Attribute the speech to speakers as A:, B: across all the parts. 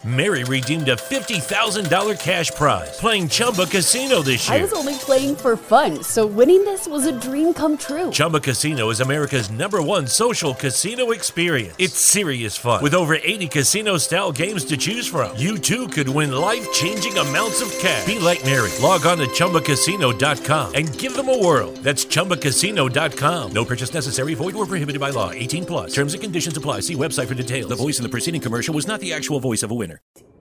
A: Mary redeemed a $50,000 cash prize playing Chumba Casino this year.
B: I was only playing for fun, so winning this was a dream come true.
A: Chumba Casino is America's #1 social casino experience. It's serious fun. With over 80 casino-style games to choose from, you too could win life-changing amounts of cash. Be like Mary. Log on to ChumbaCasino.com and give them a whirl. That's ChumbaCasino.com. No purchase necessary. Void where prohibited by law. 18 plus. Terms and conditions apply. See website for details. The voice in the preceding commercial was not the actual voice of a winner.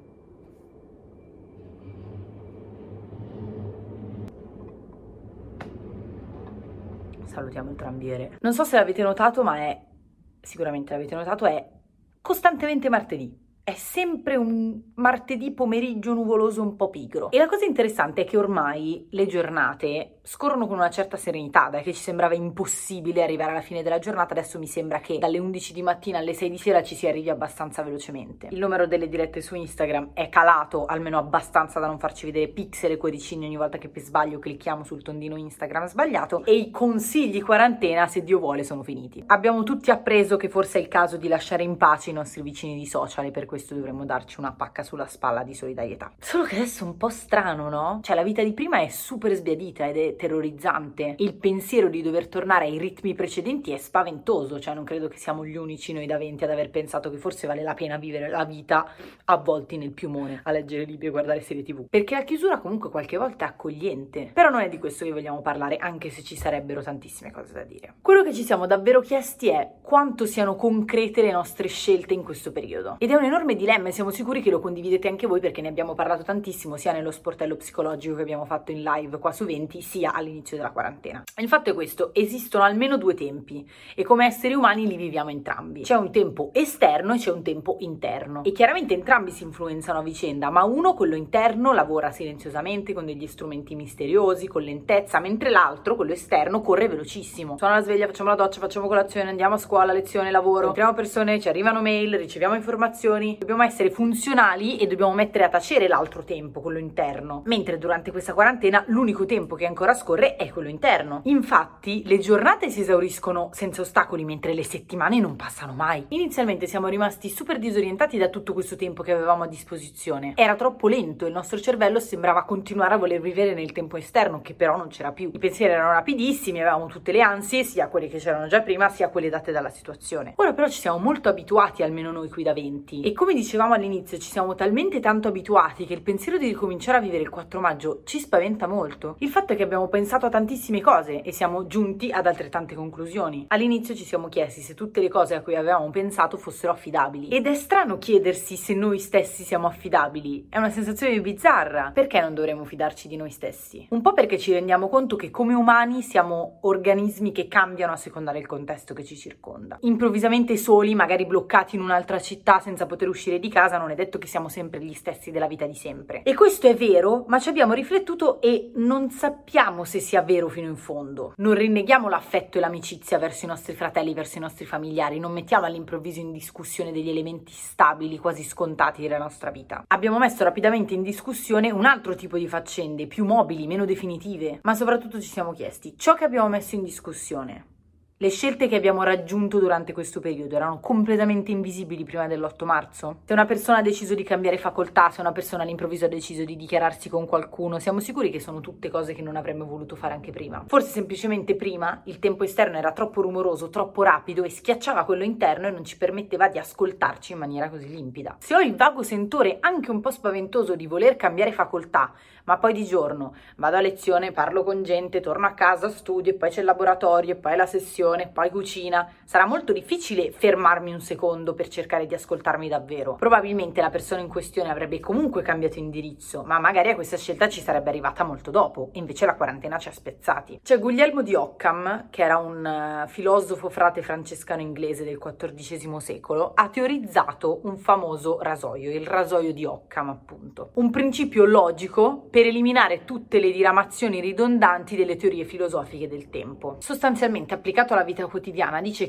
C: Salutiamo il tranviere. Non so se l'avete notato, ma sicuramente l'avete notato, è costantemente martedì. È sempre un martedì pomeriggio nuvoloso un po' pigro. E la cosa interessante è che ormai le giornate scorrono con una certa serenità, da che ci sembrava impossibile arrivare alla fine della giornata, adesso mi sembra che dalle 11 di mattina alle 6 di sera ci si arrivi abbastanza velocemente. Il numero delle dirette su Instagram è calato, almeno abbastanza da non farci vedere pixel e cuoricini ogni volta che per sbaglio clicchiamo sul tondino Instagram sbagliato, e i consigli quarantena, se Dio vuole, sono finiti. Abbiamo tutti appreso che forse è il caso di lasciare in pace i nostri vicini di social, e per questo dovremmo darci una pacca sulla spalla di solidarietà. Solo che adesso è un po' strano, no? Cioè, la vita di prima è super sbiadita ed è terrorizzante. Il pensiero di dover tornare ai ritmi precedenti è spaventoso. Cioè, non credo che siamo gli unici noi da 20 ad aver pensato che forse vale la pena vivere la vita avvolti nel piumone, a leggere libri e guardare serie TV. Perché la chiusura comunque qualche volta è accogliente. Però non è di questo che vogliamo parlare, anche se ci sarebbero tantissime cose da dire. Quello che ci siamo davvero chiesti è quanto siano concrete le nostre scelte in questo periodo. Ed è un enorme dilemma, e siamo sicuri che lo condividete anche voi, perché ne abbiamo parlato tantissimo sia nello sportello psicologico che abbiamo fatto in live qua su 20, sia all'inizio della quarantena. Il fatto è questo: esistono almeno due tempi, e come esseri umani li viviamo entrambi. C'è un tempo esterno e c'è un tempo interno, e chiaramente entrambi si influenzano a vicenda, ma uno, quello interno, lavora silenziosamente con degli strumenti misteriosi, con lentezza, mentre l'altro, quello esterno, corre velocissimo. Suona la sveglia, facciamo la doccia, facciamo colazione, andiamo a scuola, lezione, lavoro, incontriamo persone, ci arrivano mail, riceviamo informazioni. Dobbiamo essere funzionali e dobbiamo mettere a tacere l'altro tempo, quello interno, mentre durante questa quarantena l'unico tempo che ancora scorre è quello interno. Infatti le giornate si esauriscono senza ostacoli, mentre le settimane non passano mai. Inizialmente siamo rimasti super disorientati da tutto questo tempo che avevamo a disposizione. Era troppo lento, il nostro cervello sembrava continuare a voler vivere nel tempo esterno, che però non c'era più. I pensieri erano rapidissimi, avevamo tutte le ansie, sia quelle che c'erano già prima, sia quelle date dalla situazione. Ora però ci siamo molto abituati, almeno noi qui da 20, e come dicevamo all'inizio, ci siamo talmente tanto abituati che il pensiero di ricominciare a vivere il 4 maggio ci spaventa molto. Il fatto è che abbiamo pensato a tantissime cose e siamo giunti ad altrettante conclusioni. All'inizio ci siamo chiesti se tutte le cose a cui avevamo pensato fossero affidabili, ed è strano chiedersi se noi stessi siamo affidabili. È una sensazione bizzarra. Perché non dovremmo fidarci di noi stessi? Un po' perché ci rendiamo conto che come umani siamo organismi che cambiano a seconda del contesto che ci circonda. Improvvisamente soli, magari bloccati in un'altra città senza poter uscire di casa, non è detto che siamo sempre gli stessi della vita di sempre. E questo è vero, ma ci abbiamo riflettuto e non sappiamo se sia vero fino in fondo. Non rinneghiamo l'affetto e l'amicizia verso i nostri fratelli, verso i nostri familiari, non mettiamo all'improvviso in discussione degli elementi stabili, quasi scontati della nostra vita. Abbiamo messo rapidamente in discussione un altro tipo di faccende, più mobili, meno definitive, ma soprattutto ci siamo chiesti: ciò che abbiamo messo in discussione, le scelte che abbiamo raggiunto durante questo periodo, erano completamente invisibili prima dell'8 marzo? Se una persona ha deciso di cambiare facoltà, se una persona all'improvviso ha deciso di dichiararsi con qualcuno, siamo sicuri che sono tutte cose che non avremmo voluto fare anche prima? Forse semplicemente prima il tempo esterno era troppo rumoroso, troppo rapido e schiacciava quello interno e non ci permetteva di ascoltarci in maniera così limpida. Se ho il vago sentore, anche un po' spaventoso, di voler cambiare facoltà, ma poi di giorno vado a lezione, parlo con gente, torno a casa, studio, e poi c'è il laboratorio, e poi la sessione, poi cucina, sarà molto difficile fermarmi un secondo per cercare di ascoltarmi davvero. Probabilmente la persona in questione avrebbe comunque cambiato indirizzo, ma magari a questa scelta ci sarebbe arrivata molto dopo, e invece la quarantena ci ha spezzati. C'è Guglielmo di Occam, che era un filosofo frate francescano inglese del XIV secolo, ha teorizzato un famoso rasoio, il rasoio di Occam appunto. Un principio logico per eliminare tutte le diramazioni ridondanti delle teorie filosofiche del tempo. Sostanzialmente, applicato alla vita quotidiana, dice che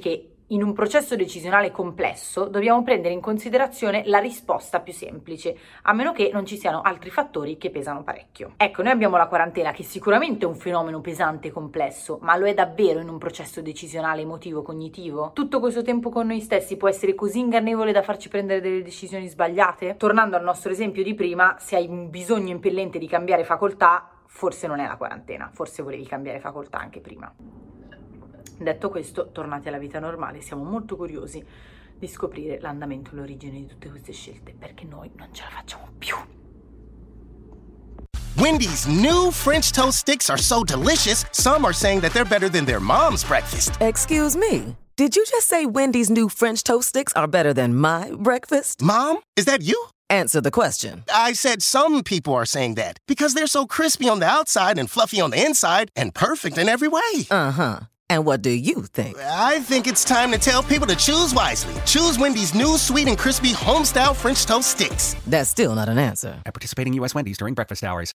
C: in un processo decisionale complesso dobbiamo prendere in considerazione la risposta più semplice, a meno che non ci siano altri fattori che pesano parecchio. Ecco, noi abbiamo la quarantena, che sicuramente è un fenomeno pesante e complesso, ma lo è davvero in un processo decisionale emotivo-cognitivo? Tutto questo tempo con noi stessi può essere così ingannevole da farci prendere delle decisioni sbagliate? Tornando al nostro esempio di prima, se hai un bisogno impellente di cambiare facoltà, forse non è la quarantena, forse volevi cambiare facoltà anche prima. Detto questo, tornati alla vita normale, siamo molto curiosi di scoprire l'andamento e l'origine di tutte queste scelte, perché noi non ce la facciamo più.
D: Wendy's new French toast sticks are so delicious, some are saying that they're better than their mom's breakfast.
E: Excuse me, did you just say Wendy's new French toast sticks are better than my breakfast?
D: Mom, is that you?
E: Answer the question.
D: I said some people are saying that because they're so crispy on the outside and fluffy on the inside and perfect in every way.
E: Uh-huh. And what do you think?
D: I think it's time to tell people to choose wisely. Choose Wendy's new sweet and crispy home-style French toast sticks.
E: That's still not an answer.
F: At participating U.S. Wendy's during breakfast hours.